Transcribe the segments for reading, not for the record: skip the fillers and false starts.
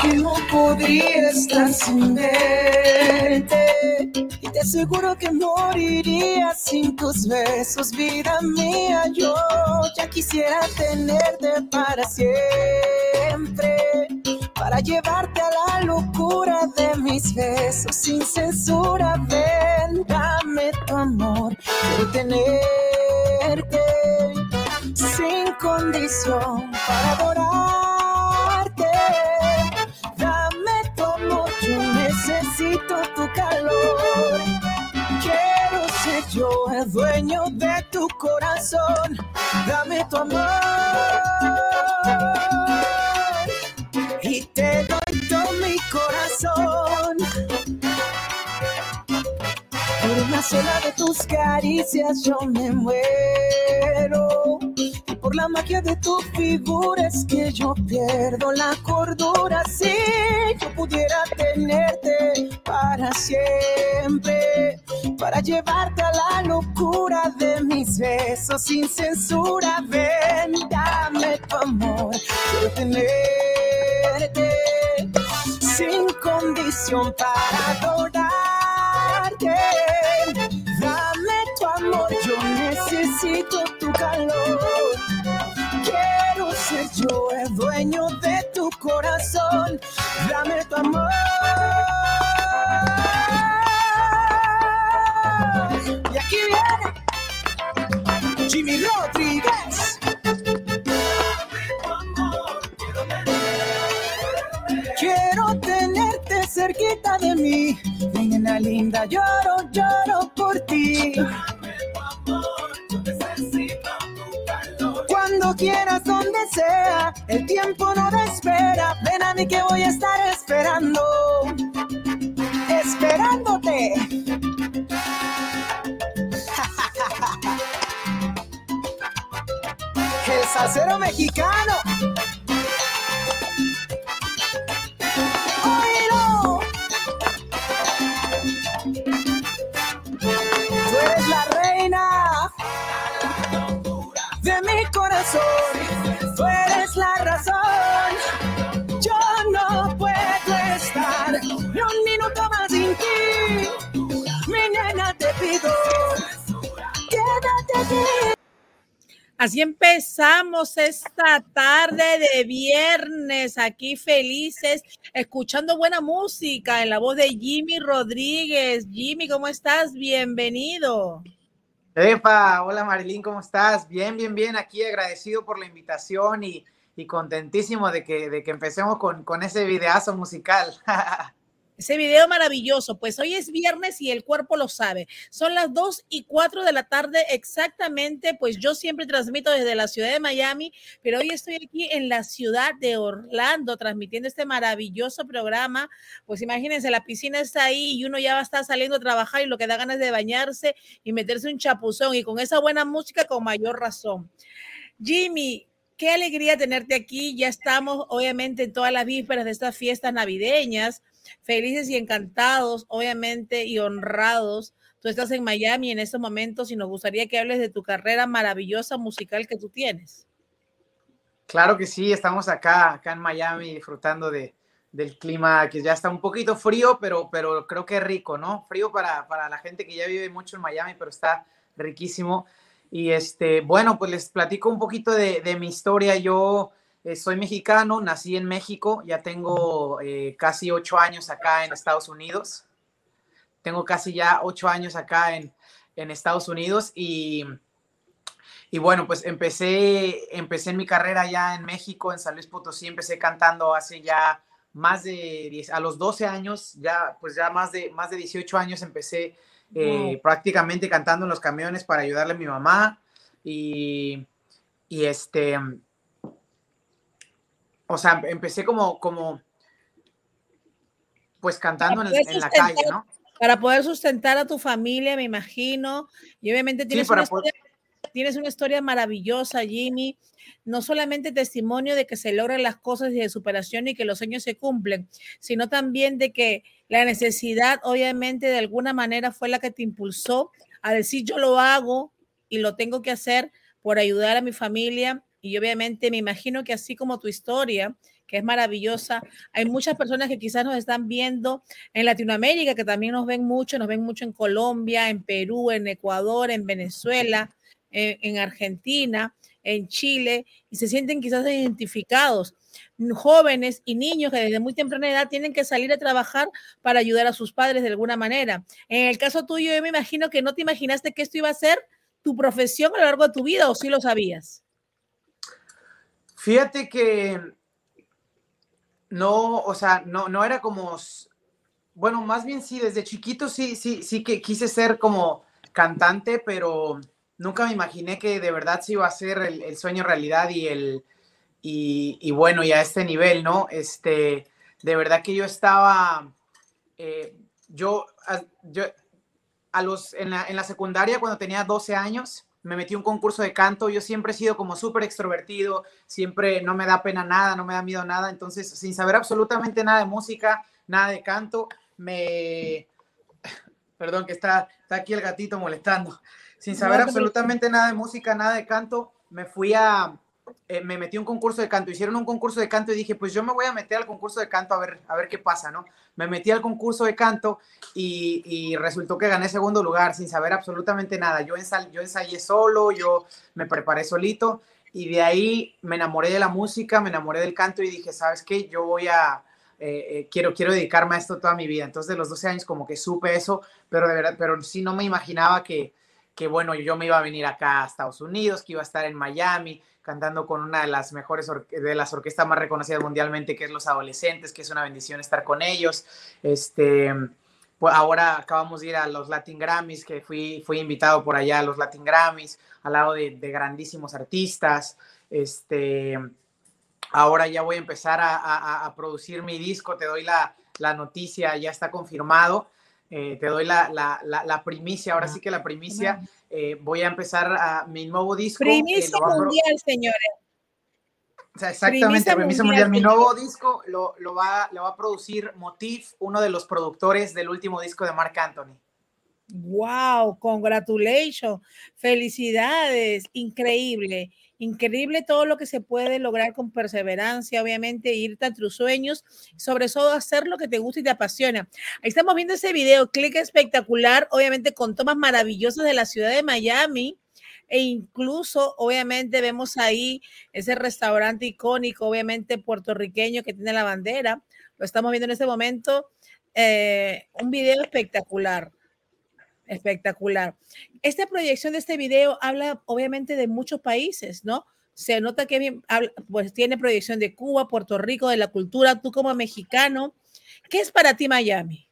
no podría estar sin verte. Y te aseguro que moriría sin tus besos, vida mía. Yo ya quisiera tenerte para siempre, para llevarte a la locura de mis besos sin censura. Ven, dame tu amor, quiero tenerte sin condición para adorarte. Dame tu amor, yo necesito tu calor. Quiero ser yo el dueño de tu corazón. Dame tu amor y te doy todo mi corazón. Por una sola de tus caricias yo me muero, y por la magia de tu figura es que yo pierdo la cordura. Si yo pudiera tenerte para siempre, para llevarte a la locura de mis besos sin censura. Ven, dame tu amor, quiero tenerte sin condición para adorarte. Dame tu amor, yo necesito tu calor. Quiero ser yo el dueño de tu corazón. Dame tu amor. Y aquí viene Jimmy Rodríguez. Quiero tenerte cerquita de mí, nena linda, lloro, lloro por ti. Cuando quieras, donde sea, el tiempo no te espera. Ven a mí que voy a estar esperando, esperándote. El salsero mexicano. ¡Oílo! Tú eres la reina de mi corazón. Tú eres la razón. Yo no puedo estar ni un minuto más sin ti. Mi nena, te pido, quédate aquí. Así empezamos esta tarde de viernes, aquí felices, escuchando buena música en la voz de Jimmy Rodríguez. Jimmy, ¿cómo estás? Bienvenido. Epa, hola Marilyn, ¿cómo estás? Bien, bien, bien, aquí agradecido por la invitación y contentísimo de que empecemos con ese videazo musical. Ese video maravilloso. Pues hoy es viernes y el cuerpo lo sabe. Son las 2:04 de la tarde exactamente. Pues yo siempre transmito desde la ciudad de Miami, pero hoy estoy aquí en la ciudad de Orlando transmitiendo este maravilloso programa. Pues imagínense, la piscina está ahí y uno ya va a estar saliendo a trabajar y lo que da ganas de bañarse y meterse un chapuzón, y con esa buena música con mayor razón. Jimmy, qué alegría tenerte aquí. Ya estamos obviamente en todas las vísperas de estas fiestas navideñas, felices y encantados, obviamente, y honrados. Tú estás en Miami en estos momentos y nos gustaría que hables de tu carrera maravillosa musical que tú tienes. Claro que sí, estamos acá en Miami disfrutando del clima que ya está un poquito frío, pero creo que es rico, ¿no? Frío para la gente que ya vive mucho en Miami, pero está riquísimo. Y bueno, pues les platico un poquito de mi historia. Yo soy mexicano, nací en México, ya tengo casi 8 años acá en Estados Unidos. Tengo casi ya 8 años acá en Estados Unidos y bueno, pues empecé en mi carrera ya en México, en San Luis Potosí. Empecé cantando hace ya más de 10, a los 12 años, ya pues ya más de 18 años empecé prácticamente cantando en los camiones para ayudarle a mi mamá y o sea, empecé como pues cantando en la calle, ¿no? Para poder sustentar a tu familia, me imagino, y obviamente tienes, sí, tienes una historia maravillosa, Jimmy, no solamente testimonio de que se logran las cosas y de superación y que los sueños se cumplen, sino también de que la necesidad, obviamente, de alguna manera fue la que te impulsó a decir yo lo hago y lo tengo que hacer por ayudar a mi familia. Y obviamente me imagino que así como tu historia, que es maravillosa. Hay muchas personas que quizás nos están viendo en Latinoamérica, que también nos ven mucho en Colombia, en Perú, en Ecuador, en Venezuela, en Argentina, en Chile, y se sienten quizás identificados. Jóvenes y niños que desde muy temprana edad tienen que salir a trabajar para ayudar a sus padres de alguna manera. En el caso tuyo, yo me imagino que no te imaginaste que esto iba a ser tu profesión a lo largo de tu vida, ¿o sí lo sabías? Fíjate que no, o sea, no era como, bueno, más bien sí, desde chiquito sí que quise ser como cantante, pero nunca me imaginé que de verdad se iba a hacer el sueño realidad y bueno, y a este nivel, ¿no? De verdad que yo estaba, yo en la secundaria, cuando tenía 12 años, me metí a un concurso de canto. Yo siempre he sido como súper extrovertido, siempre no me da pena nada, no me da miedo nada. Entonces, sin saber absolutamente nada de música, nada de canto, perdón, que está aquí el gatito molestando. Sin saber absolutamente nada de música, nada de canto, me metí a un concurso de canto. Hicieron un concurso de canto y dije, pues yo me voy a meter al concurso de canto a ver qué pasa, ¿no? Me metí al concurso de canto y resultó que gané segundo lugar sin saber absolutamente nada. Yo ensayé solo, yo me preparé solito y de ahí me enamoré de la música, me enamoré del canto y dije, ¿sabes qué? Yo voy a... quiero dedicarme a esto toda mi vida. Entonces, de los 12 años como que supe eso, pero de verdad, pero sí no me imaginaba que bueno, yo me iba a venir acá a Estados Unidos, que iba a estar en Miami cantando con una de las mejores de las orquestas más reconocidas mundialmente, que es Los Adolescentes, que es una bendición estar con ellos. Pues ahora acabamos de ir a los Latin Grammys, que fui invitado por allá a los Latin Grammys, al lado de grandísimos artistas. Ahora ya voy a empezar a producir mi disco, te doy la noticia, ya está confirmado. Te doy la primicia, ahora sí que la primicia. Voy a empezar mi nuevo disco. Primicia mundial, señores. O sea, exactamente, primicia mundial. Mi nuevo disco lo va a producir Motif, uno de los productores del último disco de Marc Anthony. Wow, congratulations, felicidades, increíble. Increíble todo lo que se puede lograr con perseverancia, obviamente, ir tras tus sueños, sobre todo hacer lo que te gusta y te apasiona. Ahí estamos viendo ese video, clic espectacular, obviamente con tomas maravillosas de la ciudad de Miami, e incluso, obviamente, vemos ahí ese restaurante icónico, obviamente puertorriqueño que tiene la bandera. Lo estamos viendo en este momento, un video espectacular. Espectacular. Esta proyección de este video habla obviamente de muchos países, ¿no? Se nota que pues tiene proyección de Cuba, Puerto Rico, de la cultura. Tú como mexicano, ¿qué es para ti Miami?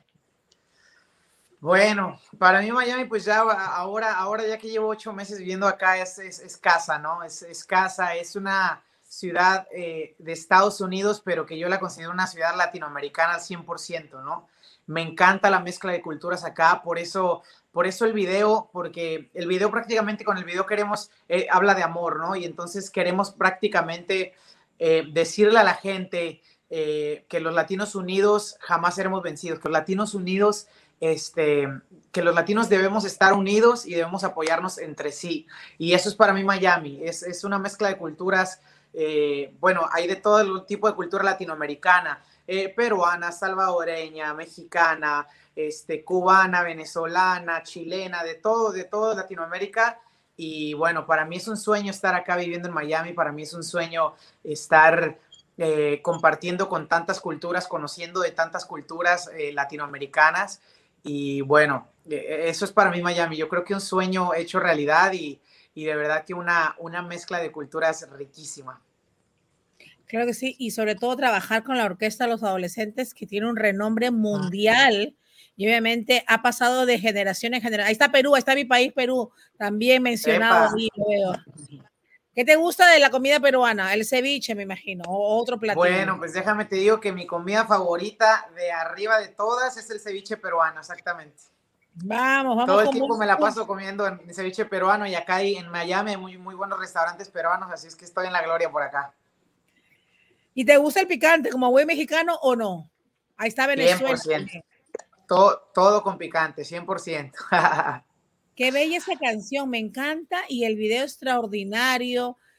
Bueno, para mí Miami, pues ya ahora ya que llevo 8 meses viviendo acá, es casa, ¿no? Es casa, es una ciudad de Estados Unidos, pero que yo la considero una ciudad latinoamericana al 100%, ¿no? Me encanta la mezcla de culturas acá, por eso el video, porque el video prácticamente con el video queremos, habla de amor, ¿no? Y entonces queremos prácticamente decirle a la gente que los latinos unidos jamás seremos vencidos, que los latinos unidos, que los latinos debemos estar unidos y debemos apoyarnos entre sí. Y eso es para mí Miami, es una mezcla de culturas, bueno, hay de todo el tipo de cultura latinoamericana, peruana, salvadoreña, mexicana, cubana, venezolana, chilena, de todo Latinoamérica. Y bueno, para mí es un sueño estar acá viviendo en Miami, para mí es un sueño estar compartiendo con tantas culturas, conociendo de tantas culturas latinoamericanas. Y bueno, eso es para mí Miami. Yo creo que un sueño hecho realidad y de verdad que una mezcla de culturas riquísima. Claro que sí, y sobre todo trabajar con la Orquesta de los Adolescentes, que tiene un renombre mundial y obviamente ha pasado de generación en generación. Ahí está Perú, ahí está mi país, Perú, también mencionado. Ahí, lo veo. ¿Qué te gusta de la comida peruana? El ceviche, me imagino, o otro platillo. Bueno, pues déjame te digo que mi comida favorita de arriba de todas es el ceviche peruano, exactamente. Vamos. Todo el tiempo me la paso comiendo en ceviche peruano y acá en Miami hay muy, muy buenos restaurantes peruanos, así es que estoy en la gloria por acá. ¿Y te gusta el picante como buen mexicano o no? Ahí está Venezuela. 100%. Todo con picante, 100%. Qué bella esa canción, me encanta y el video extraordinario.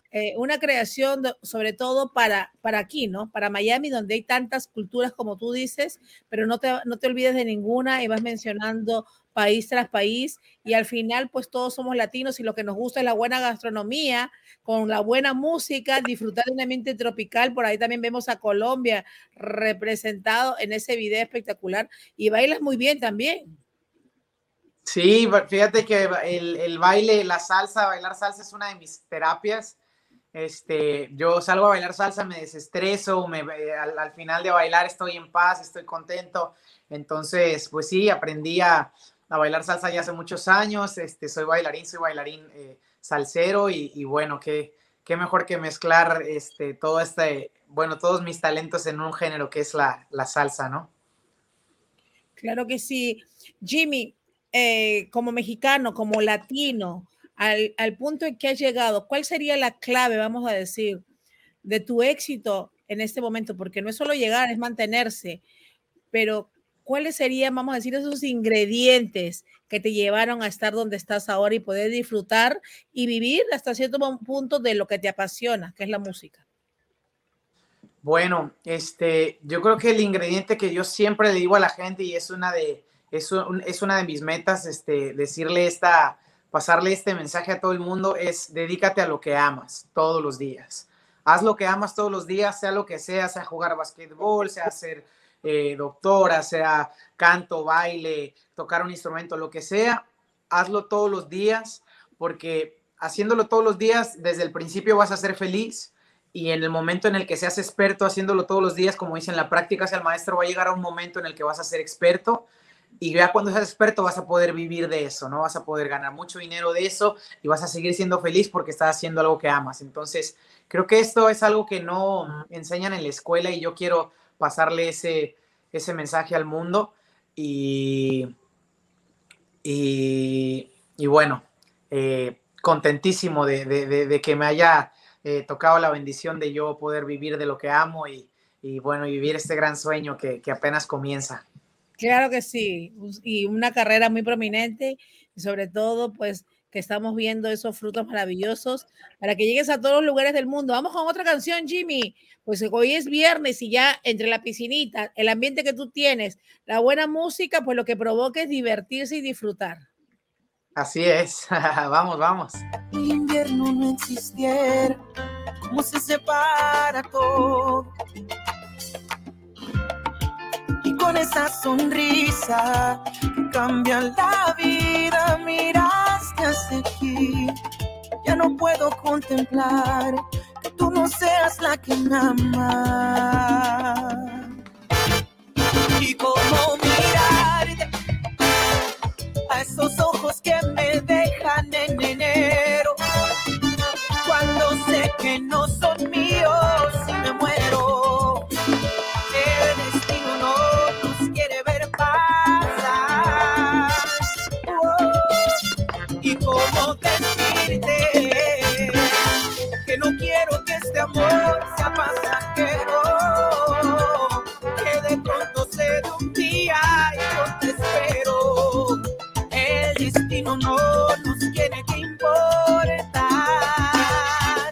una creación sobre todo para aquí, ¿no? Para Miami, donde hay tantas culturas como tú dices, pero no te olvides de ninguna y vas mencionando país tras país y al final pues todos somos latinos y lo que nos gusta es la buena gastronomía, con la buena música, disfrutar de un ambiente tropical. Por ahí también vemos a Colombia representado en ese video espectacular y bailas muy bien también. Sí, fíjate que el baile, la salsa, bailar salsa es una de mis terapias. Yo salgo a bailar salsa, me desestreso, al final de bailar estoy en paz, estoy contento. Entonces, pues sí, aprendí a bailar salsa ya hace muchos años. Soy bailarín salsero y bueno, qué mejor que mezclar todos mis talentos en un género que es la salsa, ¿no? Claro que sí. Jimmy, como mexicano, como latino, al punto en que has llegado, ¿cuál sería la clave, vamos a decir, de tu éxito en este momento? Porque no es solo llegar, es mantenerse, pero ¿cuáles serían, vamos a decir, esos ingredientes que te llevaron a estar donde estás ahora y poder disfrutar y vivir hasta cierto punto de lo que te apasiona, que es la música? Bueno, yo creo que el ingrediente que yo siempre le digo a la gente y es una de mis metas, pasarle este mensaje a todo el mundo es dedícate a lo que amas todos los días. Haz lo que amas todos los días, sea lo que sea jugar basquetbol, sea ser doctora, sea canto, baile, tocar un instrumento, lo que sea, hazlo todos los días, porque haciéndolo todos los días, desde el principio vas a ser feliz. Y en el momento en el que seas experto haciéndolo todos los días, como dicen, la práctica hacia el maestro, va a llegar a un momento en el que vas a ser experto y ya cuando seas experto vas a poder vivir de eso, ¿no? Vas a poder ganar mucho dinero de eso y vas a seguir siendo feliz porque estás haciendo algo que amas. Entonces, creo que esto es algo que no enseñan en la escuela y yo quiero pasarle ese mensaje al mundo y bueno, contentísimo de que me haya tocado la bendición de yo poder vivir de lo que amo y bueno, vivir este gran sueño que apenas comienza. Claro que sí, y una carrera muy prominente y sobre todo pues que estamos viendo esos frutos maravillosos para que llegues a todos los lugares del mundo. Vamos con otra canción, Jimmy. Pues hoy es viernes y ya entre la piscinita, el ambiente que tú tienes, la buena música, pues lo que provoca es divertirse y disfrutar. Así es, vamos. El invierno no existiera, cómo se separa todo. Y con esa sonrisa que cambia la vida, miraste hacia aquí. Ya no puedo contemplar que tú no seas la que me ama. Y cómo mirarte a esos ojos que me dejan en enero, cuando sé que no son míos y me muero. El destino no nos quiere ver pasar. Y cómo decirte que no quiero que este amor sea pasajero, que de pronto se dé un día y yo te espero. El destino no nos tiene que importar.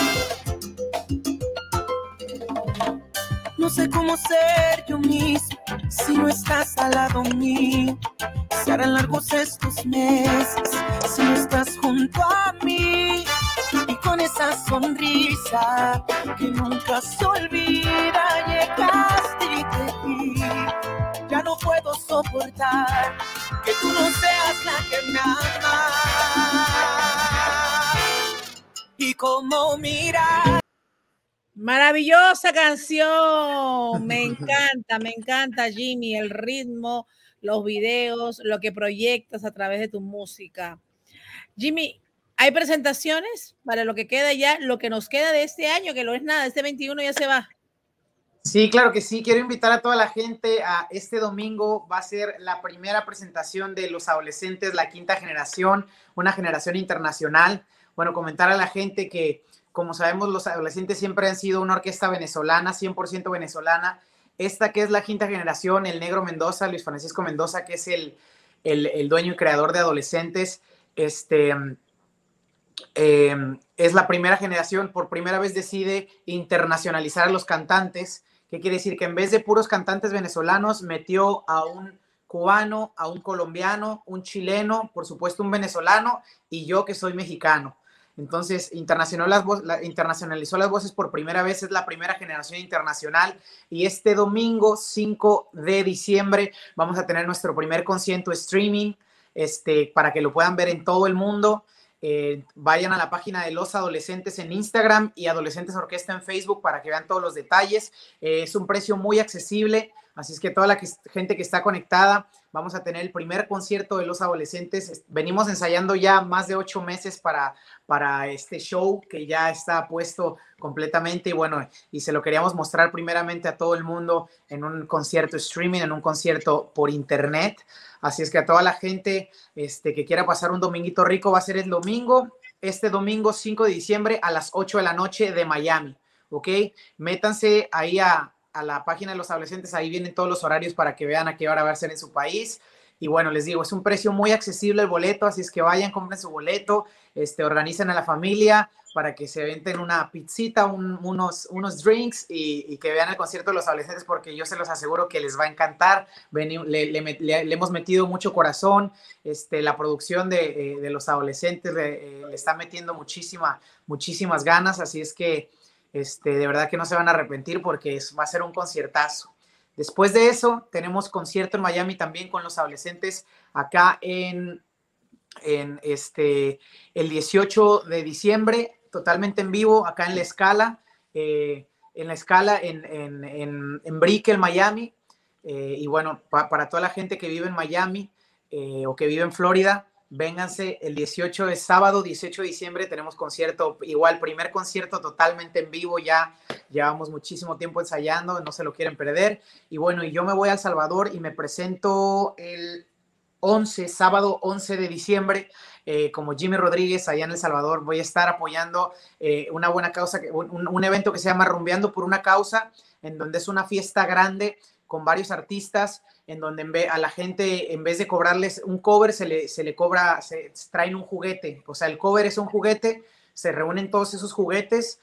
No sé cómo ser yo mismo si no estás al lado mío. Se harán largos estos meses si no estás junto a mí. Y con esa sonrisa que nunca se olvida, llegaste y te vi. Ya no puedo soportar que tú no seas la que me ama. Y cómo miras. Maravillosa canción, me encanta Jimmy, el ritmo, los videos, lo que proyectas a través de tu música. Jimmy, ¿hay presentaciones para lo que queda ya, lo que nos queda de este año, que no es nada, este 21 ya se va? Sí, claro que sí. Quiero invitar a toda la gente a este domingo. Va a ser la primera presentación de Los Adolescentes, la quinta generación, una generación internacional. Bueno, comentar a la gente que, como sabemos, Los Adolescentes siempre han sido una orquesta venezolana, 100% venezolana. Esta que es la quinta generación, el Negro Mendoza, Luis Francisco Mendoza, que es el dueño y creador de Adolescentes, es la primera generación, por primera vez decide internacionalizar a los cantantes. ¿Qué quiere decir? Que en vez de puros cantantes venezolanos, metió a un cubano, a un colombiano, un chileno, por supuesto un venezolano y yo que soy mexicano. Entonces, internacionalizó las voces por primera vez, es la primera generación internacional. Y este domingo 5 de diciembre vamos a tener nuestro primer concierto streaming, para que lo puedan ver en todo el mundo. Vayan a la página de Los Adolescentes en Instagram y Adolescentes Orquesta en Facebook para que vean todos los detalles. Es un precio muy accesible, así es que toda la gente que está conectada, vamos a tener el primer concierto de Los Adolescentes. Venimos ensayando ya más de 8 meses para este show que ya está puesto completamente, y bueno, y se lo queríamos mostrar primeramente a todo el mundo en un concierto streaming, en un concierto por internet. Así es que a toda la gente que quiera pasar un dominguito rico, va a ser el domingo, este domingo 5 de diciembre a las 8 de la noche de Miami, ¿ok? Métanse ahí a la página de Los Adolescentes, ahí vienen todos los horarios para que vean a qué hora va a ser en su país. Y bueno, les digo, es un precio muy accesible el boleto, así es que vayan, compren su boleto, organicen a la familia para que se venten una pizzita, unos drinks y que vean el concierto de Los Adolescentes, porque yo se los aseguro que les va a encantar. Le hemos metido mucho corazón, la producción de Los Adolescentes le está metiendo muchísimas ganas, así es que de verdad que no se van a arrepentir porque va a ser un conciertazo. Después de eso, tenemos concierto en Miami también con Los Adolescentes acá el 18 de diciembre, totalmente en vivo, acá en La Escala, en Brickell, Miami. Y bueno, para toda la gente que vive en Miami o que vive en Florida, vénganse el 18 de sábado, 18 de diciembre, tenemos concierto, igual, primer concierto totalmente en vivo, ya llevamos muchísimo tiempo ensayando, no se lo quieren perder. Y bueno, y yo me voy a El Salvador y me presento el sábado 11 de diciembre, como Jimmy Rodríguez allá en El Salvador. Voy a estar apoyando una buena causa, un evento que se llama Rumbeando por una Causa, en donde es una fiesta grande con varios artistas, en donde a la gente, en vez de cobrarles un cover, se le cobra, se traen un juguete. O sea, el cover es un juguete, se reúnen todos esos juguetes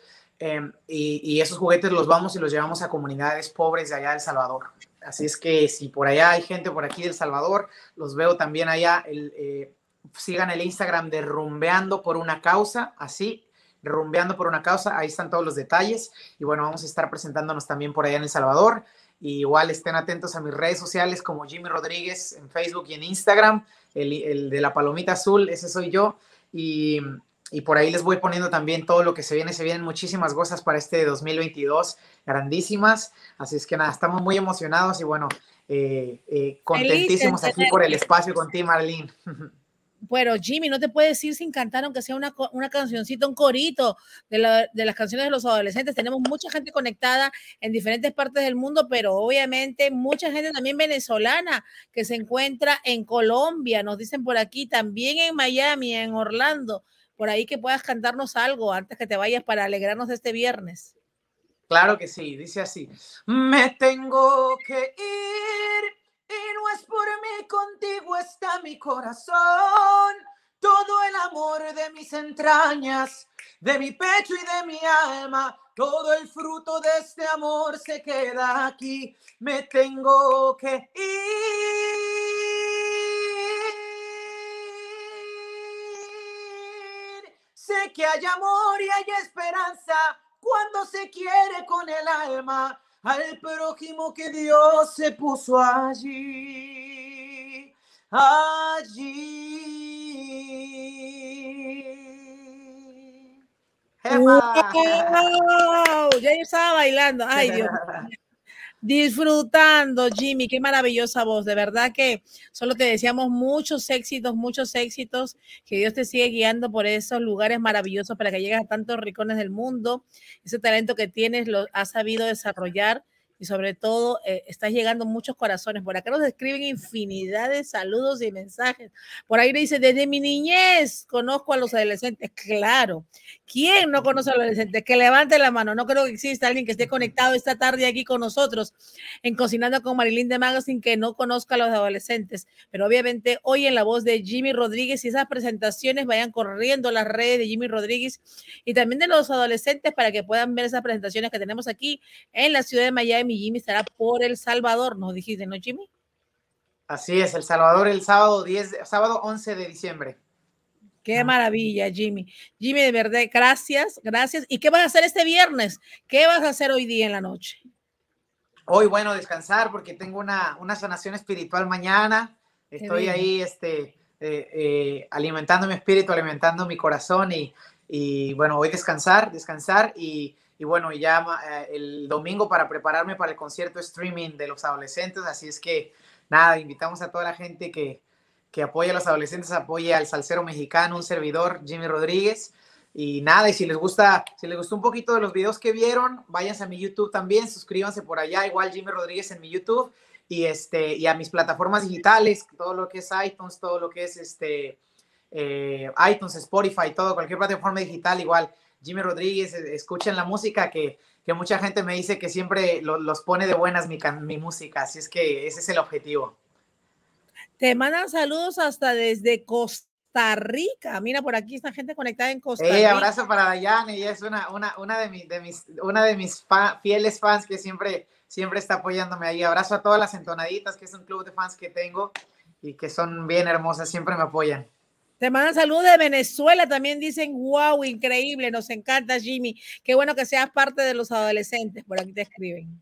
y esos juguetes los vamos y los llevamos a comunidades pobres de allá de El Salvador. Así es que si por allá hay gente por aquí de El Salvador, los veo también allá. Sigan el Instagram de Rumbeando por una Causa, así, Rumbeando por una Causa, ahí están todos los detalles. Y bueno, vamos a estar presentándonos también por allá en El Salvador. Y igual estén atentos a mis redes sociales como Jimmy Rodríguez en Facebook y en Instagram, el de la palomita azul, ese soy yo. Y por ahí les voy poniendo también todo lo que se vienen muchísimas cosas para este 2022, grandísimas. Así es que nada, estamos muy emocionados y bueno, contentísimos aquí por el espacio contigo, Marlene. Bueno, Jimmy, no te puedes ir sin cantar, aunque sea una cancioncita, un corito de las canciones de Los Adolescentes. Tenemos mucha gente conectada en diferentes partes del mundo, pero obviamente mucha gente también venezolana que se encuentra en Colombia, nos dicen por aquí, también en Miami, en Orlando, por ahí que puedas cantarnos algo antes que te vayas para alegrarnos de este viernes. Claro que sí, dice así: me tengo que ir y no es por mí, contigo está mi corazón, todo el amor de mis entrañas, de mi pecho y de mi alma, todo el fruto de este amor se queda aquí. Me tengo que ir. Sé que hay amor y hay esperanza cuando se quiere con el alma al prójimo que Dios se puso allí. ¡Wow! Ya yo estaba bailando. Ay, Dios mío. Disfrutando, Jimmy, qué maravillosa voz, de verdad que solo te deseamos muchos éxitos, que Dios te siga guiando por esos lugares maravillosos para que llegues a tantos rincones del mundo. Ese talento que tienes lo has sabido desarrollar y sobre todo estás llegando muchos corazones. Por acá nos escriben infinidad de saludos y mensajes. Por ahí dice, desde mi niñez conozco a los adolescentes. Claro. ¿Quién no conoce a los adolescentes? Que levante la mano. No creo que exista alguien que esté conectado esta tarde aquí con nosotros en Cocinando con Marilyn de Magazine que no conozca a los adolescentes. Pero obviamente hoy en la voz de Jimmy Rodríguez y esas presentaciones vayan corriendo las redes de Jimmy Rodríguez y también de los adolescentes para que puedan ver esas presentaciones que tenemos aquí en la ciudad de Miami. Jimmy estará por El Salvador, nos dijiste, ¿no, Jimmy? Así es, El Salvador el sábado 11 de diciembre. Qué maravilla, Jimmy. Jimmy, de verdad, gracias, gracias. ¿Y qué vas a hacer este viernes? ¿Qué vas a hacer hoy día en la noche? Hoy, bueno, descansar porque tengo una sanación espiritual mañana. Estoy ahí alimentando mi espíritu, alimentando mi corazón y bueno, hoy descansar y bueno, ya el domingo para prepararme para el concierto streaming de los adolescentes. Así es que nada, invitamos a toda la gente que apoya a los adolescentes, apoya al salsero mexicano, un servidor, Jimmy Rodríguez. Y nada, y si les gustó un poquito de los videos que vieron, váyanse a mi YouTube también, suscríbanse por allá, igual Jimmy Rodríguez en mi YouTube, y a mis plataformas digitales, todo lo que es iTunes, todo lo que es iTunes, Spotify, cualquier plataforma digital, igual Jimmy Rodríguez, escuchen la música que mucha gente me dice que siempre los pone de buenas mi música, así es que ese es el objetivo. Te mandan saludos hasta desde Costa Rica. Mira, por aquí está gente conectada en Costa Rica. Abrazo para Dayane, ella es una de mis fieles fans que siempre está apoyándome ahí. Abrazo a todas las Entonaditas, que es un club de fans que tengo y que son bien hermosas, siempre me apoyan. Te mandan saludos de Venezuela, también dicen, wow, increíble, nos encanta, Jimmy. Qué bueno que seas parte de los adolescentes, por aquí te escriben.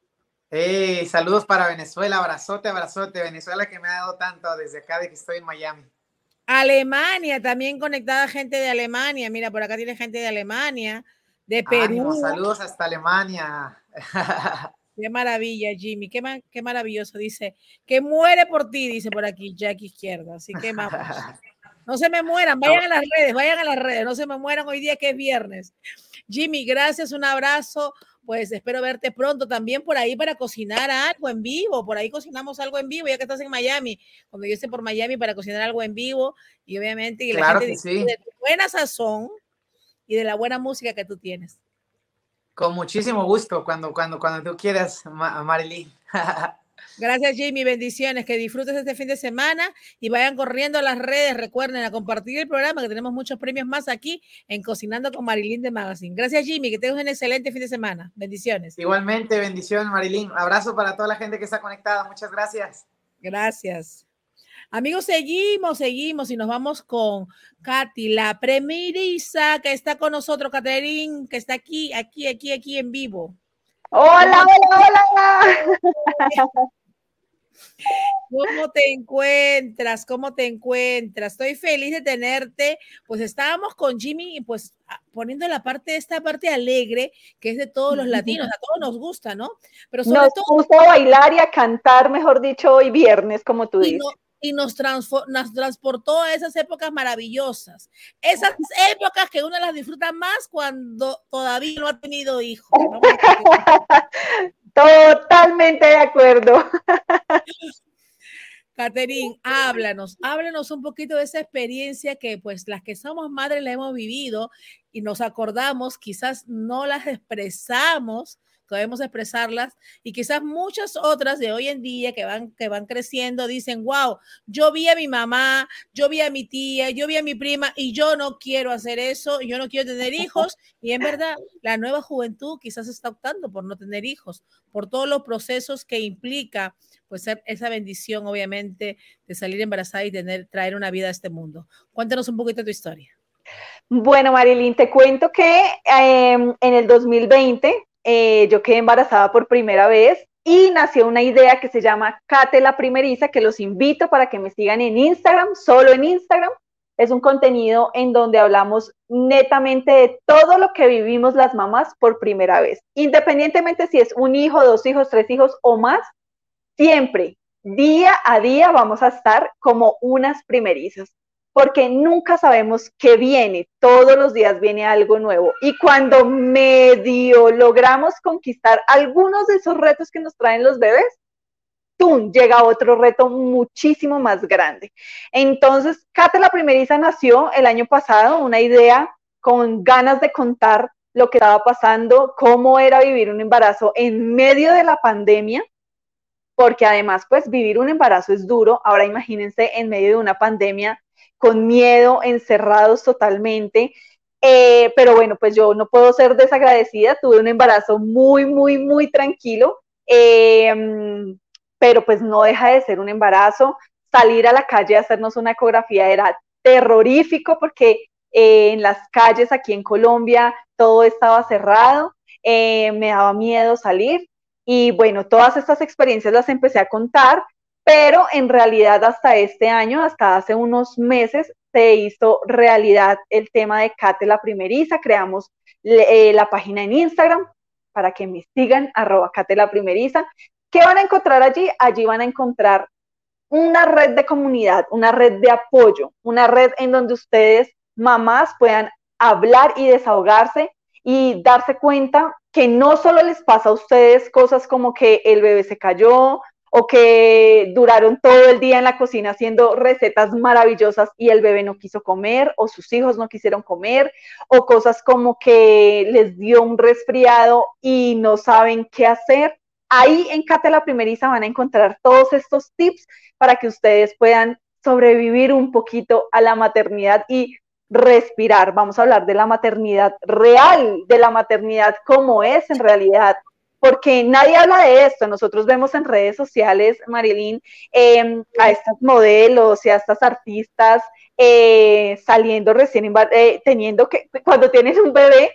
Saludos para Venezuela, abrazote, Venezuela que me ha dado tanto desde acá de que estoy en Miami. Alemania, también conectada gente de Alemania. Mira, por acá tiene gente de Alemania, de Perú. Ánimo, saludos hasta Alemania. Qué maravilla, Jimmy, qué maravilloso. Dice, que muere por ti, dice por aquí, Jackie Izquierda. Así que vamos. No se me mueran, vayan a las redes, no se me mueran hoy día que es viernes. Jimmy, gracias, un abrazo. Pues espero verte pronto también por ahí para cocinar algo en vivo. Por ahí cocinamos algo en vivo, ya que estás en Miami. Cuando yo esté por Miami para cocinar algo en vivo y obviamente que claro la gente sí. de tu buena sazón y de la buena música que tú tienes. Con muchísimo gusto, cuando tú quieras, Marilyn. Gracias, Jimmy. Bendiciones. Que disfrutes este fin de semana y vayan corriendo a las redes. Recuerden a compartir el programa, que tenemos muchos premios más aquí en Cocinando con Marilyn de Magazine. Gracias, Jimmy. Que tengas un excelente fin de semana. Bendiciones. Igualmente, bendiciones, Marilyn. Abrazo para toda la gente que está conectada. Muchas gracias. Gracias. Amigos, seguimos y nos vamos con Katy, la primeriza que está con nosotros, Catherine, que está aquí en vivo. Hola. ¿Cómo te encuentras? Estoy feliz de tenerte. Pues estábamos con Jimmy y pues poniendo esta parte alegre que es de todos los latinos, a todos nos gusta, ¿no? Pero sobre nos todo puso a bailar y a cantar, mejor dicho, hoy viernes, como tú dices. Y nos transportó a esas épocas maravillosas, esas épocas que uno las disfruta más cuando todavía no ha tenido hijos. Totalmente de acuerdo. Catherine, háblanos un poquito de esa experiencia que pues las que somos madres la hemos vivido y nos acordamos, quizás no las expresamos, debemos expresarlas y quizás muchas otras de hoy en día que van creciendo dicen, wow, yo vi a mi mamá, yo vi a mi tía, yo vi a mi prima y yo no quiero hacer eso, yo no quiero tener hijos y en verdad la nueva juventud quizás está optando por no tener hijos, por todos los procesos que implica pues ser esa bendición obviamente de salir embarazada y traer una vida a este mundo. Cuéntanos un poquito de tu historia. Bueno, Marilyn, te cuento que en el 2020 yo quedé embarazada por primera vez y nació una idea que se llama Kate la Primeriza, que los invito para que me sigan en Instagram, solo en Instagram. Es un contenido en donde hablamos netamente de todo lo que vivimos las mamás por primera vez, independientemente si es un hijo, 2 hijos, 3 hijos o más, siempre, día a día vamos a estar como unas primerizas. porque nunca sabemos qué viene, todos los días viene algo nuevo. Y cuando medio logramos conquistar algunos de esos retos que nos traen los bebés, ¡tum!, llega otro reto muchísimo más grande. Entonces, Kate la Primeriza nació el año pasado, una idea con ganas de contar lo que estaba pasando, cómo era vivir un embarazo en medio de la pandemia, porque además, pues, vivir un embarazo es duro. Ahora imagínense en medio de una pandemia, con miedo, encerrados totalmente. Pero bueno, pues yo no puedo ser desagradecida, tuve un embarazo muy, muy, muy tranquilo, pero pues no deja de ser un embarazo. Salir a la calle a hacernos una ecografía era terrorífico porque en las calles aquí en Colombia todo estaba cerrado, me daba miedo salir. Y bueno, todas estas experiencias las empecé a contar, pero en realidad hasta este año, hasta hace unos meses, se hizo realidad el tema de Kate la Primeriza. Creamos la página en Instagram para que me sigan, @Kate la Primeriza. ¿Qué van a encontrar allí? Allí van a encontrar una red de comunidad, una red de apoyo, una red en donde ustedes, mamás, puedan hablar y desahogarse y darse cuenta que no solo les pasa a ustedes cosas como que el bebé se cayó o que duraron todo el día en la cocina haciendo recetas maravillosas y el bebé no quiso comer o sus hijos no quisieron comer, o cosas como que les dio un resfriado y no saben qué hacer. Ahí en Kate la Primeriza van a encontrar todos estos tips para que ustedes puedan sobrevivir un poquito a la maternidad y respirar. Vamos a hablar de la maternidad real, de la maternidad como es en realidad, porque nadie habla de esto. Nosotros vemos en redes sociales, Marilyn, a estas modelos y a estas artistas saliendo recién, teniendo que, cuando tienen un bebé,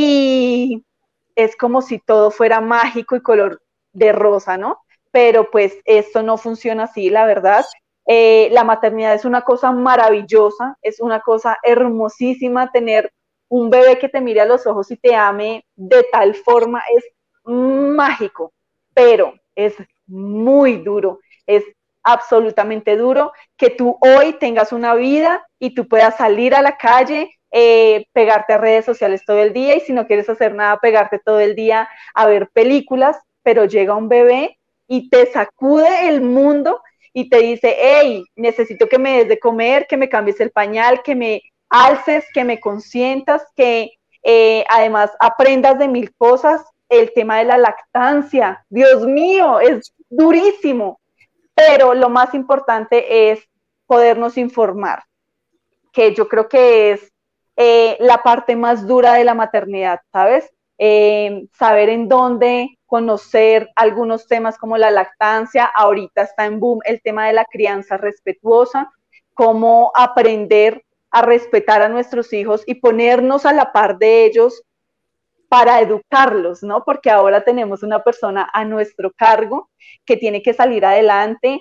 y es como si todo fuera mágico y color de rosa, ¿no? Pero pues esto no funciona así, la verdad. La maternidad es una cosa maravillosa, es una cosa hermosísima. Tener un bebé que te mire a los ojos y te ame de tal forma es mágico, pero es muy duro, es absolutamente duro que tú hoy tengas una vida y tú puedas salir a la calle, pegarte a redes sociales todo el día, y si no quieres hacer nada, pegarte todo el día a ver películas, pero llega un bebé y te sacude el mundo y te dice: hey, necesito que me des de comer, que me cambies el pañal, que me alces, que me consientas, que además aprendas de mil cosas. El tema de la lactancia, Dios mío, es durísimo, pero lo más importante es podernos informar, que yo creo que es la parte más dura de la maternidad, ¿sabes? Saber en dónde, conocer algunos temas como la lactancia. Ahorita está en boom el tema de la crianza respetuosa, cómo aprender a respetar a nuestros hijos y ponernos a la par de ellos para educarlos, ¿no? Porque ahora tenemos una persona a nuestro cargo que tiene que salir adelante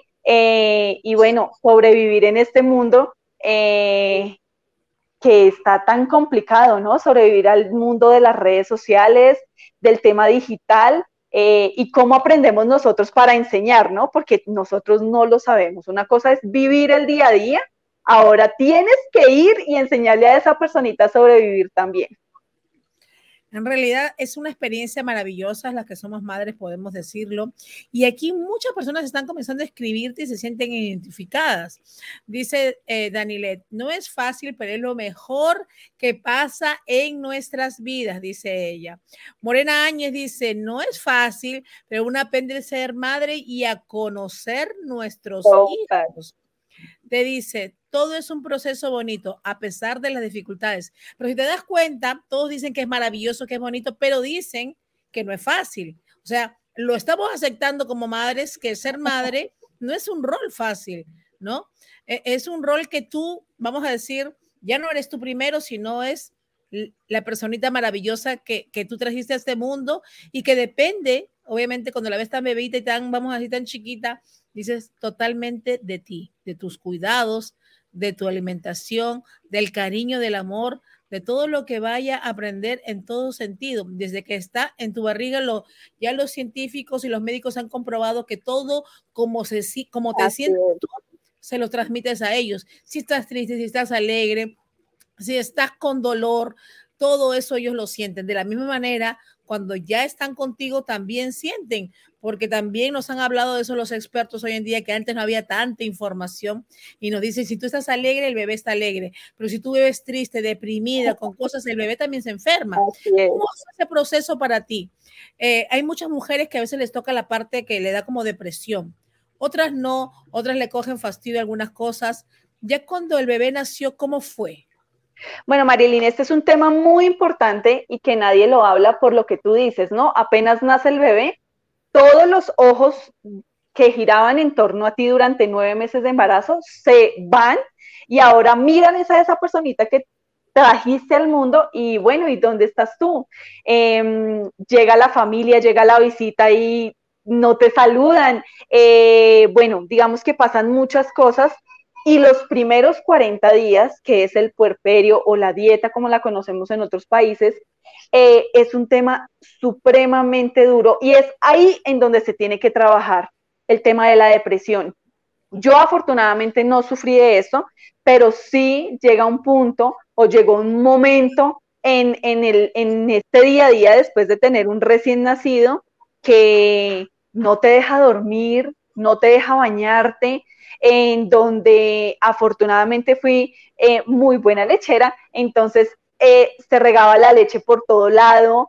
y bueno, sobrevivir en este mundo que está tan complicado, ¿no? Sobrevivir al mundo de las redes sociales, del tema digital, y cómo aprendemos nosotros para enseñar, ¿no? Porque nosotros no lo sabemos. Una cosa es vivir el día a día, ahora tienes que ir y enseñarle a esa personita a sobrevivir también. En realidad es una experiencia maravillosa, las que somos madres podemos decirlo. Y aquí muchas personas están comenzando a escribirte y se sienten identificadas. Dice Danilet, no es fácil, pero es lo mejor que pasa en nuestras vidas, dice ella. Morena Áñez dice, no es fácil, pero uno aprende a ser madre y a conocer nuestros hijos. Te dice, todo es un proceso bonito, a pesar de las dificultades. Pero si te das cuenta, todos dicen que es maravilloso, que es bonito, pero dicen que no es fácil. O sea, lo estamos aceptando como madres, que ser madre no es un rol fácil, ¿no? Es un rol que tú, vamos a decir, ya no eres tú primero, sino es la personita maravillosa que tú trajiste a este mundo y que depende, obviamente, cuando la ves tan bebita y tan, vamos a decir, tan chiquita, dices totalmente de ti, de tus cuidados, de tu alimentación, del cariño, del amor, de todo lo que vaya a aprender en todo sentido. Desde que está en tu barriga, ya los científicos y los médicos han comprobado que todo como te sientes tú, se lo transmites a ellos. Si estás triste, si estás alegre, si estás con dolor, todo eso ellos lo sienten. De la misma manera, cuando ya están contigo, también sienten, porque también nos han hablado de eso los expertos hoy en día, que antes no había tanta información, y nos dicen, si tú estás alegre, el bebé está alegre, pero si tú bebes triste, deprimida, con cosas, el bebé también se enferma. ¿Cómo es ese proceso para ti? Hay muchas mujeres que a veces les toca la parte que le da como depresión, otras no, otras le cogen fastidio a algunas cosas. Ya cuando el bebé nació, ¿cómo fue? Bueno, Marilyn, este es un tema muy importante y que nadie lo habla por lo que tú dices, ¿no? Apenas nace el bebé, todos los ojos que giraban en torno a ti durante 9 meses de embarazo se van y ahora miran esa personita que trajiste al mundo y bueno, ¿y dónde estás tú? Llega la familia, llega la visita y no te saludan. Bueno, digamos que pasan muchas cosas y los primeros 40 días, que es el puerperio o la dieta como la conocemos en otros países, es un tema supremamente duro y es ahí en donde se tiene que trabajar el tema de la depresión. Yo afortunadamente no sufrí de eso, pero sí llega un punto o llegó un momento en este día a día después de tener un recién nacido que no te deja dormir, no te deja bañarte, en donde afortunadamente fui muy buena lechera, entonces se regaba la leche por todo lado,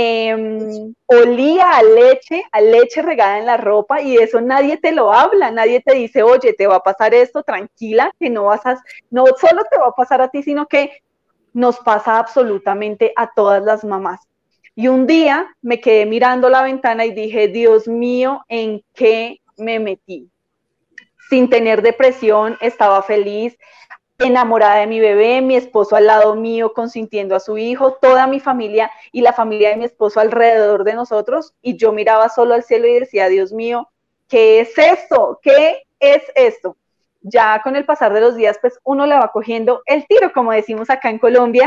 olía a leche regada en la ropa y eso nadie te lo habla, nadie te dice, oye, te va a pasar esto, tranquila, que no solo te va a pasar a ti, sino que nos pasa absolutamente a todas las mamás. Y un día me quedé mirando la ventana y dije, Dios mío, ¿en qué me metí? Sin tener depresión, estaba feliz, enamorada de mi bebé, mi esposo al lado mío consintiendo a su hijo, toda mi familia y la familia de mi esposo alrededor de nosotros, y yo miraba solo al cielo y decía, Dios mío, ¿qué es esto? ¿Qué es esto? Ya con el pasar de los días, pues uno le va cogiendo el tiro, como decimos acá en Colombia,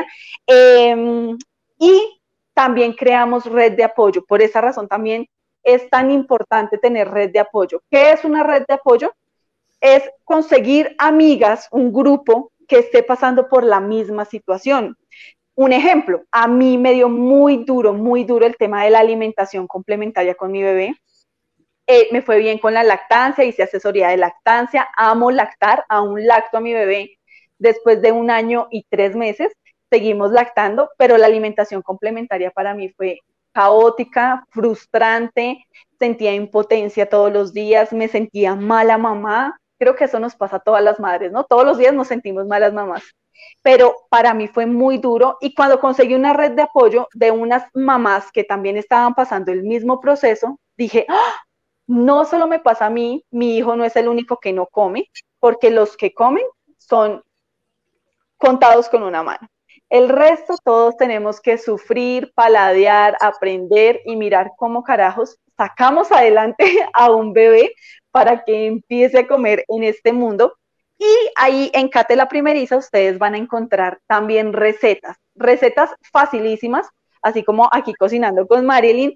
y también creamos red de apoyo. Por esa razón también es tan importante tener red de apoyo. ¿Qué es una red de apoyo? Es conseguir amigas, un grupo que esté pasando por la misma situación. Un ejemplo, a mí me dio muy duro el tema de la alimentación complementaria con mi bebé. Me fue bien con la lactancia, hice asesoría de lactancia, amo lactar, aún lacto a mi bebé después de 1 año y 3 meses, seguimos lactando, pero la alimentación complementaria para mí fue caótica, frustrante, sentía impotencia todos los días, me sentía mala mamá, creo que eso nos pasa a todas las madres, ¿no? Todos los días nos sentimos malas mamás, pero para mí fue muy duro y cuando conseguí una red de apoyo de unas mamás que también estaban pasando el mismo proceso, dije, ¡ah! No solo me pasa a mí, mi hijo no es el único que no come, porque los que comen son contados con una mano. El resto todos tenemos que sufrir, paladear, aprender y mirar cómo carajos sacamos adelante a un bebé para que empiece a comer en este mundo. Y ahí en Kate la Primeriza ustedes van a encontrar también recetas facilísimas, así como aquí cocinando con Marilyn,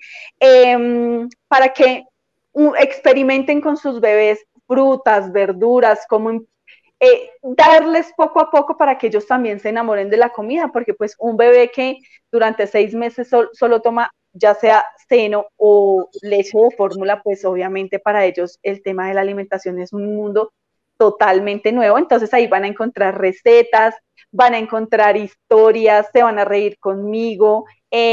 para que experimenten con sus bebés frutas, verduras, cómo darles poco a poco para que ellos también se enamoren de la comida, porque pues un bebé que durante 6 meses solo toma ya sea seno o leche de fórmula, pues obviamente para ellos el tema de la alimentación es un mundo totalmente nuevo, entonces ahí van a encontrar recetas, van a encontrar historias, se van a reír conmigo.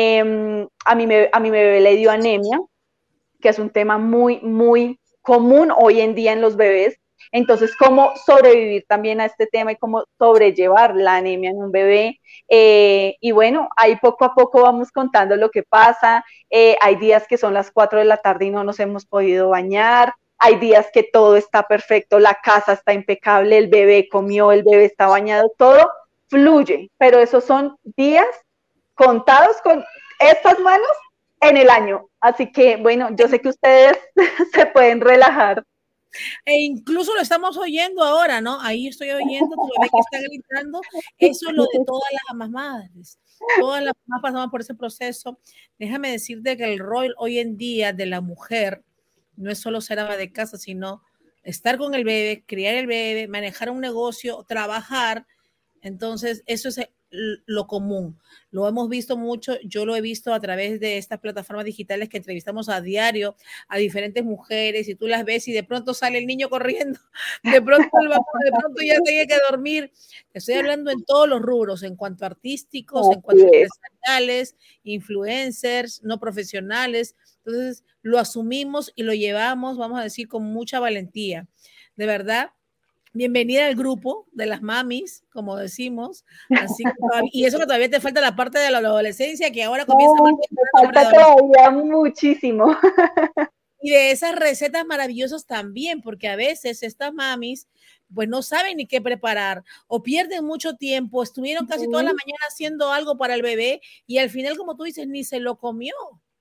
A mi bebé le dio anemia, que es un tema muy, muy común hoy en día en los bebés. Entonces, cómo sobrevivir también a este tema y cómo sobrellevar la anemia en un bebé. Y bueno, ahí poco a poco vamos contando lo que pasa. Hay días que son las 4 de la tarde y no nos hemos podido bañar. Hay días que todo está perfecto, la casa está impecable, el bebé comió, el bebé está bañado, todo fluye. Pero esos son días contados con estas manos en el año. Así que, bueno, yo sé que ustedes se pueden relajar. E incluso lo estamos oyendo ahora, ¿no? Ahí estoy oyendo tu bebé que está gritando. Eso es lo de todas las mamás. Todas las mamás pasamos por ese proceso. Déjame decirte que el rol hoy en día de la mujer no es solo ser ama de casa, sino estar con el bebé, criar el bebé, manejar un negocio, trabajar. Entonces, eso es lo común. Lo hemos visto mucho, yo lo he visto a través de estas plataformas digitales que entrevistamos a diario a diferentes mujeres y tú las ves y de pronto sale el niño corriendo, de pronto el papá, de pronto ya tiene que dormir. Te estoy hablando en todos los rubros, en cuanto a artísticos, en cuanto a empresariales, influencers, no profesionales. Entonces, lo asumimos y lo llevamos, vamos a decir, con mucha valentía. De verdad, bienvenida al grupo de las mamis, como decimos. Así que y eso que todavía te falta la parte de la adolescencia, que ahora comienza no, me falta todavía muchísimo. Y de esas recetas maravillosas también, porque a veces estas mamis pues no saben ni qué preparar o pierden mucho tiempo, estuvieron casi toda la mañana haciendo algo para el bebé y al final, como tú dices, ni se lo comió.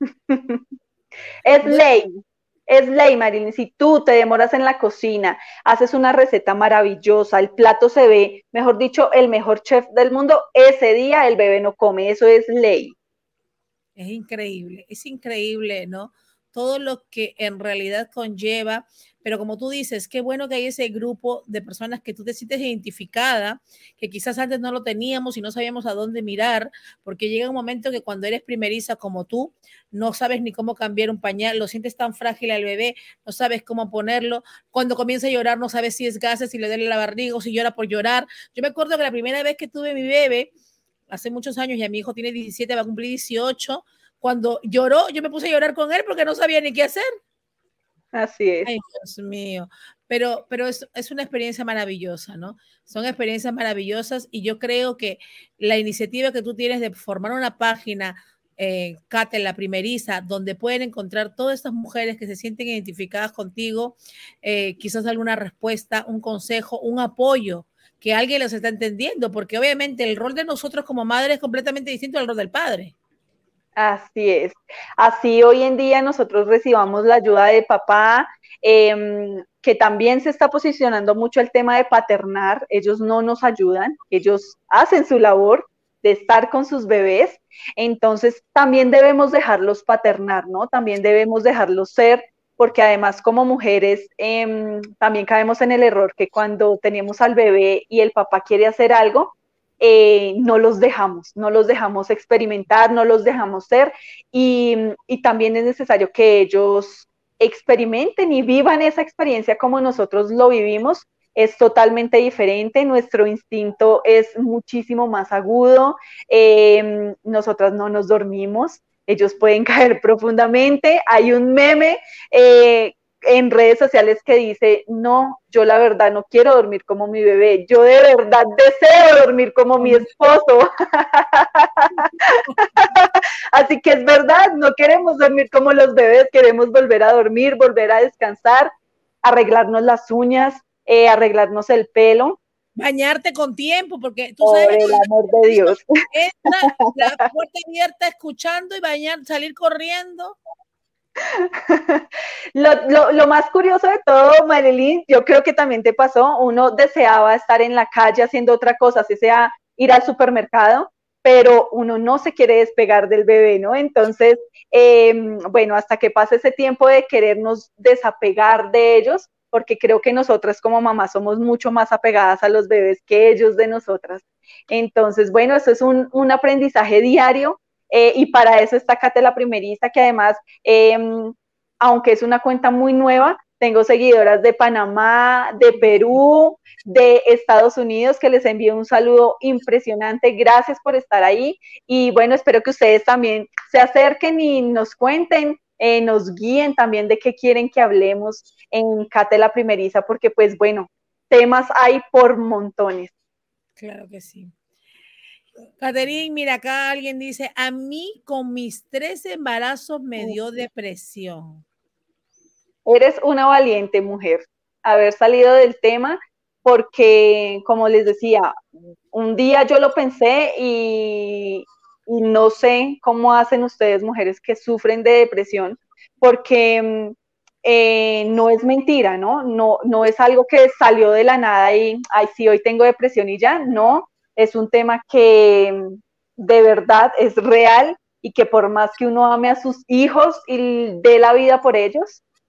Es ley, Marilyn. Si tú te demoras en la cocina, haces una receta maravillosa, el plato se ve, mejor dicho, el mejor chef del mundo, ese día el bebé no come, eso es ley. Es increíble, ¿no? Todo lo que en realidad conlleva, pero como tú dices, qué bueno que hay ese grupo de personas que tú te sientes identificada, que quizás antes no lo teníamos y no sabíamos a dónde mirar, porque llega un momento que cuando eres primeriza como tú, no sabes ni cómo cambiar un pañal, lo sientes tan frágil al bebé, no sabes cómo ponerlo, cuando comienza a llorar no sabes si es gases, si le duele la barriga o si llora por llorar. Yo me acuerdo que la primera vez que tuve mi bebé, hace muchos años, ya mi hijo tiene 17, va a cumplir 18, cuando lloró, yo me puse a llorar con él porque no sabía ni qué hacer. Así es. Ay, Dios mío. Pero es una experiencia maravillosa, ¿no? Son experiencias maravillosas y yo creo que la iniciativa que tú tienes de formar una página, Kate, la primeriza, donde pueden encontrar todas estas mujeres que se sienten identificadas contigo, quizás alguna respuesta, un consejo, un apoyo, que alguien los está entendiendo, porque obviamente el rol de nosotros como madres es completamente distinto al rol del padre. Así es. Así hoy en día nosotros recibamos la ayuda de papá, que también se está posicionando mucho el tema de paternar. Ellos no nos ayudan, ellos hacen su labor de estar con sus bebés. Entonces también debemos dejarlos paternar, ¿no? También debemos dejarlos ser, porque además como mujeres también caemos en el error que cuando tenemos al bebé y el papá quiere hacer algo, no los dejamos experimentar, no los dejamos ser y también es necesario que ellos experimenten y vivan esa experiencia como nosotros lo vivimos. Es totalmente diferente, nuestro instinto es muchísimo más agudo, nosotras no nos dormimos, ellos pueden caer profundamente. Hay un meme en redes sociales que dice, no, yo la verdad no quiero dormir como mi bebé, yo de verdad deseo dormir como mi esposo. Así que es verdad, no queremos dormir como los bebés, queremos volver a dormir, volver a descansar, arreglarnos las uñas, arreglarnos el pelo. Bañarte con tiempo, porque tú sabes. Por el amor de Dios. Entra, la puerta abierta, escuchando y salir corriendo. Lo más curioso de todo, Marilyn, yo creo que también te pasó, uno deseaba estar en la calle haciendo otra cosa, así sea ir al supermercado, pero uno no se quiere despegar del bebé, ¿no? Entonces, bueno, hasta que pase ese tiempo de querernos desapegar de ellos, porque creo que nosotras como mamás somos mucho más apegadas a los bebés que ellos de nosotras. Entonces, bueno, eso es un aprendizaje diario. Y para eso está Kate la primeriza, que además, aunque es una cuenta muy nueva, tengo seguidoras de Panamá, de Perú, de Estados Unidos, que les envío un saludo impresionante. Gracias por estar ahí. Y bueno, espero que ustedes también se acerquen y nos cuenten, nos guíen también de qué quieren que hablemos en Kate la primeriza, porque pues bueno, temas hay por montones. Claro que sí. Caterín, mira, acá alguien dice, a mí con mis 3 embarazos me dio depresión. Eres una valiente mujer, haber salido del tema, porque como les decía, un día yo lo pensé y no sé cómo hacen ustedes, mujeres que sufren de depresión, porque no es mentira, ¿no? No es algo que salió de la nada y, ay, sí, hoy tengo depresión y ya, no. Es un tema que de verdad es real y que por más que uno ame a sus hijos y dé la vida por ellos,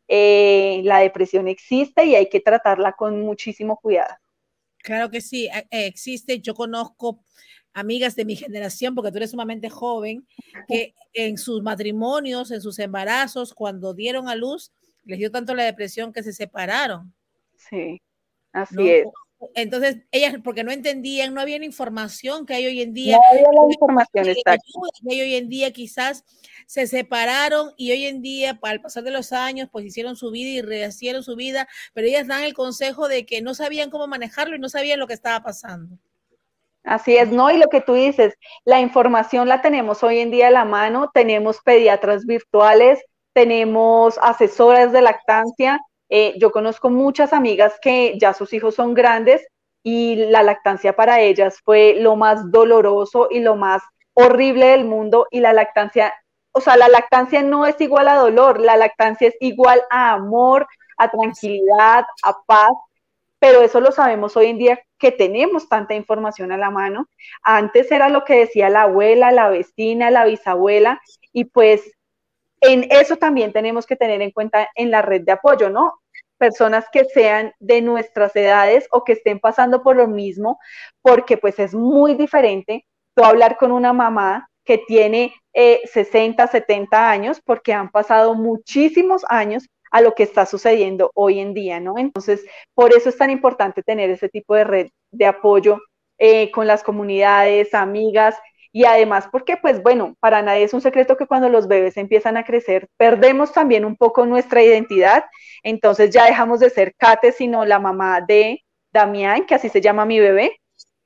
la depresión existe y hay que tratarla con muchísimo cuidado. Claro que sí, existe. Yo conozco amigas de mi generación, porque tú eres sumamente joven, que en sus matrimonios, en sus embarazos, cuando dieron a luz, les dio tanto la depresión que se separaron. Sí, así ¿no? es. Entonces, ellas, porque no entendían, no había la información que hay hoy en día. No había la información exacta. Que hay hoy en día quizás se separaron y hoy en día, al pasar de los años, pues hicieron su vida y rehicieron su vida, pero ellas dan el consejo de que no sabían cómo manejarlo y no sabían lo que estaba pasando. Así es, ¿no? Y lo que tú dices, la información la tenemos hoy en día a la mano, tenemos pediatras virtuales, tenemos asesoras de lactancia. Yo conozco muchas amigas que ya sus hijos son grandes y la lactancia para ellas fue lo más doloroso y lo más horrible del mundo, y la lactancia, o sea, la lactancia no es igual a dolor, la lactancia es igual a amor, a tranquilidad, a paz, pero eso lo sabemos hoy en día que tenemos tanta información a la mano. Antes era lo que decía la abuela, la vecina, la bisabuela, y pues en eso también tenemos que tener en cuenta en la red de apoyo, ¿no? Personas que sean de nuestras edades o que estén pasando por lo mismo, porque pues es muy diferente tú hablar con una mamá que tiene 60, 70 años, porque han pasado muchísimos años a lo que está sucediendo hoy en día, ¿no? Entonces, por eso es tan importante tener ese tipo de red de apoyo con las comunidades, amigas, y además porque, pues bueno, para nadie es un secreto que cuando los bebés empiezan a crecer, perdemos también un poco nuestra identidad, entonces ya dejamos de ser Kate, sino la mamá de Damián, que así se llama mi bebé,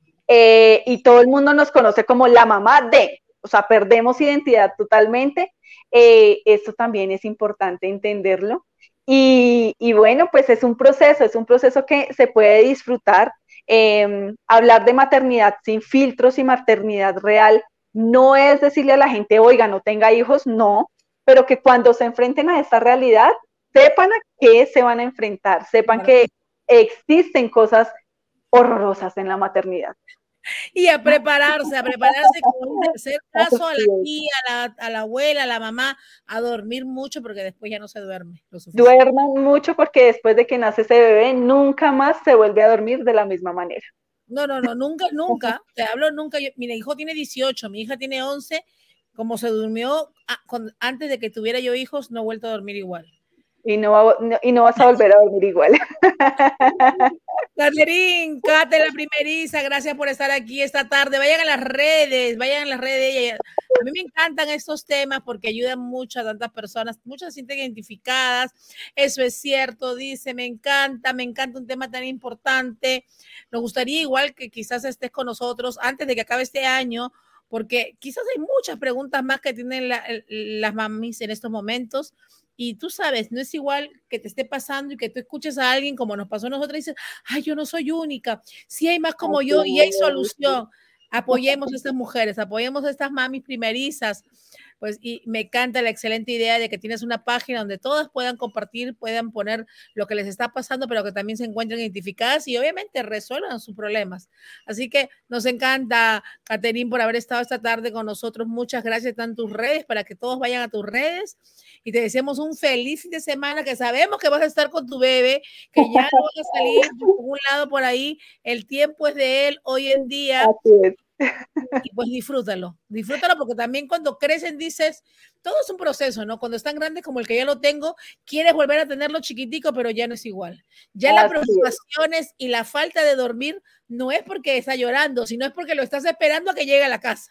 y todo el mundo nos conoce como la mamá de, o sea, perdemos identidad totalmente. Esto también es importante entenderlo. Y bueno, pues es un proceso que se puede disfrutar. Hablar de maternidad sin filtros y maternidad real no es decirle a la gente, oiga, no tenga hijos, no, pero que cuando se enfrenten a esta realidad, sepan a qué se van a enfrentar, sepan que existen cosas horrorosas en la maternidad. Y a prepararse con un tercer caso a la tía, a la abuela, a la mamá, a dormir mucho porque después ya no se duerme. Duerman mucho porque después de que nace ese bebé, nunca más se vuelve a dormir de la misma manera. No, nunca. Te hablo nunca. Mi hijo tiene 18, mi hija tiene 11. Como se durmió antes de que tuviera yo hijos, no he vuelto a dormir igual. Y no vas a volver a dormir igual. Catherine, Kate la primeriza, gracias por estar aquí esta tarde. Vayan a las redes de ella. A mí me encantan estos temas porque ayudan mucho a tantas personas, muchas se sienten identificadas. Eso es cierto, dice, me encanta un tema tan importante. Nos gustaría igual que quizás estés con nosotros antes de que acabe este año, porque quizás hay muchas preguntas más que tienen las mamis en estos momentos. Y tú sabes, no es igual que te esté pasando y que tú escuches a alguien como nos pasó a nosotros y dices, ay, yo no soy única, sí hay más como yo y hay solución. Apoyemos a estas mujeres, apoyemos a estas mamis primerizas. Pues, y me encanta la excelente idea de que tienes una página donde todas puedan compartir, puedan poner lo que les está pasando, pero que también se encuentren identificadas y obviamente resuelvan sus problemas. Así que nos encanta, Catherine, por haber estado esta tarde con nosotros. Muchas gracias. Están tus redes para que todos vayan a tus redes y te deseamos un feliz fin de semana, que sabemos que vas a estar con tu bebé, que ya no vas a salir por un lado por ahí. El tiempo es de él hoy en día. Así es. Y pues disfrútalo porque también cuando crecen dices, todo es un proceso, ¿no? Cuando están grandes como el que ya lo tengo, quieres volver a tenerlo chiquitico, pero ya no es igual. Ya las preocupaciones y la falta de dormir no es porque está llorando, sino es porque lo estás esperando a que llegue a la casa.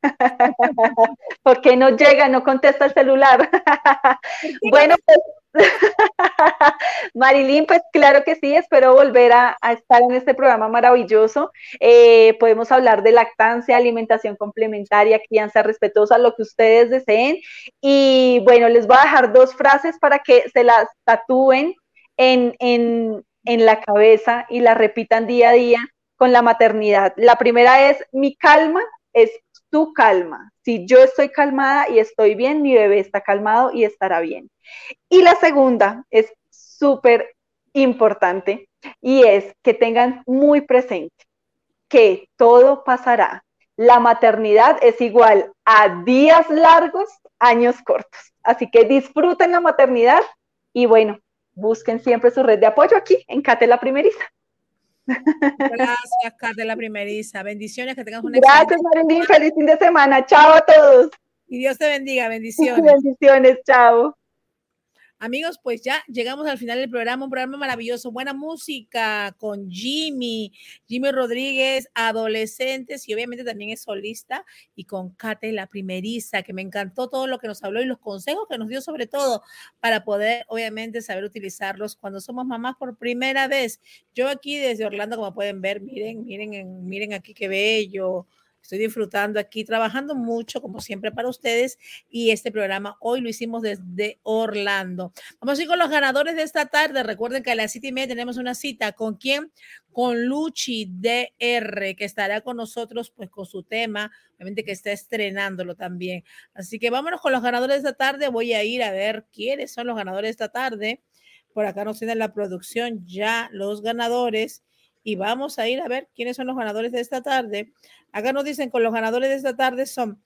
Porque no llega, no contesta el celular. Bueno, pues Marilyn, pues claro que sí, espero volver a estar en este programa maravilloso. Podemos hablar de lactancia, alimentación complementaria, crianza respetuosa, lo que ustedes deseen. Y bueno, les voy a dejar 2 frases para que se las tatúen en la cabeza y las repitan día a día con la maternidad. La primera es, mi calma es tu calma. Si yo estoy calmada y estoy bien, mi bebé está calmado y estará bien. Y la segunda es súper importante y es que tengan muy presente que todo pasará. La maternidad es igual a días largos, años cortos. Así que disfruten la maternidad Y bueno, busquen siempre su red de apoyo aquí en Kate la Primeriza. Gracias, Kate la Primeriza. Bendiciones, que tengas una Gracias, Marilyn. Feliz fin de semana. Chao a todos. Y Dios te bendiga. Bendiciones. Bendiciones. Chao. Amigos, pues ya llegamos al final del programa, un programa maravilloso, buena música con Jimmy Rodríguez, adolescentes, y obviamente también es solista, y con Kate la Primeriza, que me encantó todo lo que nos habló y los consejos que nos dio, sobre todo para poder obviamente saber utilizarlos cuando somos mamás por primera vez. Yo aquí desde Orlando, como pueden ver, miren aquí qué bello. Estoy disfrutando aquí, trabajando mucho, como siempre, para ustedes. Y este programa hoy lo hicimos desde Orlando. Vamos a ir con los ganadores de esta tarde. Recuerden que a las 7:30 tenemos una cita. ¿Con quién? Con Luchi DR, que estará con nosotros, pues, con su tema. Obviamente que está estrenándolo también. Así que vámonos con los ganadores de esta tarde. Voy a ir a ver quiénes son los ganadores de esta tarde. Por acá nos tiene la producción ya los ganadores. Y vamos a ir a ver quiénes son los ganadores de esta tarde. Acá nos dicen que los ganadores de esta tarde son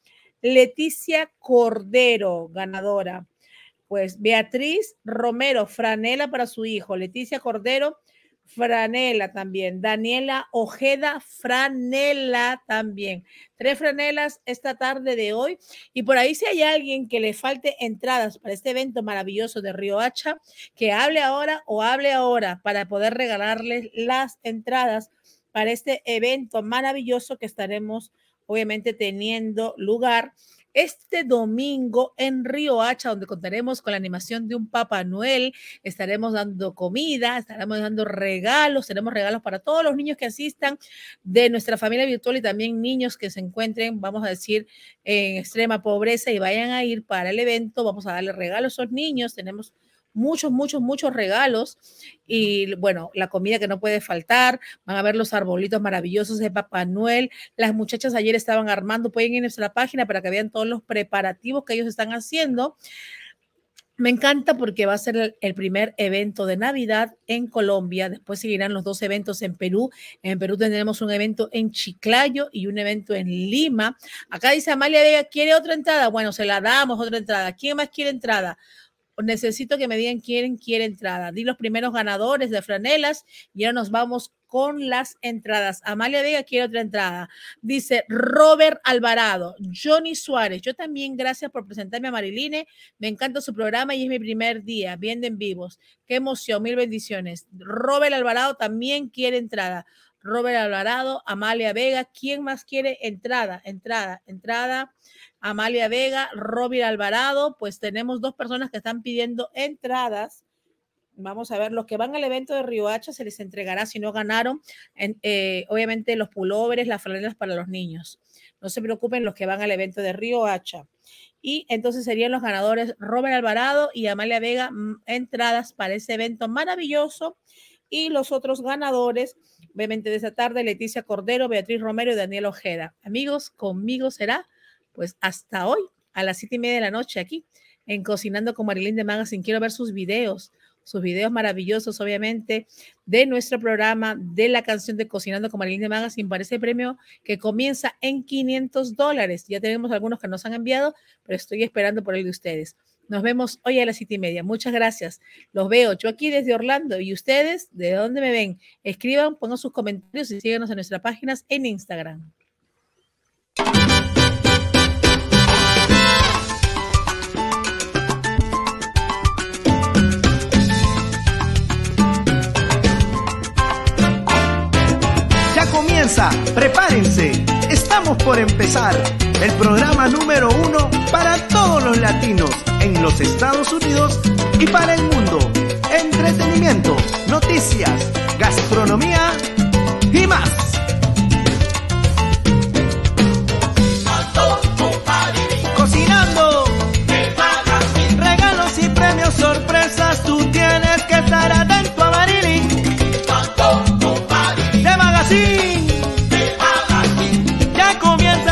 Leticia Cordero, ganadora. Pues Beatriz Romero, franela para su hijo. Leticia Cordero, franela también. Daniela Ojeda, franela también. 3 franelas esta tarde de hoy. Y por ahí, si hay alguien que le falte entradas para este evento maravilloso de Riohacha, que hable ahora para poder regalarles las entradas para este evento maravilloso que estaremos obviamente teniendo lugar este domingo en Riohacha, donde contaremos con la animación de un Papá Noel. Estaremos dando comida, estaremos dando regalos, tenemos regalos para todos los niños que asistan de nuestra familia virtual y también niños que se encuentren, vamos a decir, en extrema pobreza y vayan a ir para el evento. Vamos a darle regalos a esos niños. Tenemos muchos regalos y bueno, la comida que no puede faltar. Van a ver los arbolitos maravillosos de Papá Noel. Las muchachas ayer estaban armando, pueden ir a nuestra página para que vean todos los preparativos que ellos están haciendo. Me encanta porque va a ser el primer evento de Navidad en Colombia. Después seguirán los 2 eventos en Perú. En Perú tendremos un evento en Chiclayo y un evento en Lima. Acá dice Amalia Vega, ¿quiere otra entrada? Bueno, se la damos otra entrada. ¿Quién más quiere entrada? Necesito que me digan quién quiere entrada. Di los primeros ganadores de franelas y ahora nos vamos con las entradas. Amalia Vega quiere otra entrada. Dice Robert Alvarado, Johnny Suárez. Yo también, gracias por presentarme a Mariline. Me encanta su programa y es mi primer día viendo en vivos. Qué emoción, 1000 bendiciones. Robert Alvarado también quiere entrada. Robert Alvarado, Amalia Vega. ¿Quién más quiere entrada? Entrada. Amalia Vega, Robert Alvarado. Pues tenemos 2 personas que están pidiendo entradas. Vamos a ver, los que van al evento de Riohacha se les entregará, si no ganaron, obviamente los pulóveres, las franelas para los niños. No se preocupen los que van al evento de Riohacha. Y entonces serían los ganadores Robert Alvarado y Amalia Vega, entradas para ese evento maravilloso. Y los otros ganadores, obviamente de esa tarde, Leticia Cordero, Beatriz Romero y Daniel Ojeda. Amigos, conmigo será pues hasta hoy a las 7:30 de la noche aquí en Cocinando con Marilyn de Magazine. Quiero ver sus videos maravillosos, obviamente, de nuestro programa, de la canción de Cocinando con Marilyn de Magazine para ese premio que comienza en $500. Ya tenemos algunos que nos han enviado, pero estoy esperando por el de ustedes. Nos vemos hoy a las 7:30. Muchas gracias. Los veo yo aquí desde Orlando. ¿Y ustedes de dónde me ven? Escriban, pongan sus comentarios y síganos en nuestras páginas en Instagram. Comienza, prepárense, estamos por empezar el programa número 1 para todos los latinos en los Estados Unidos y para el mundo. Entretenimiento, noticias, gastronomía y más.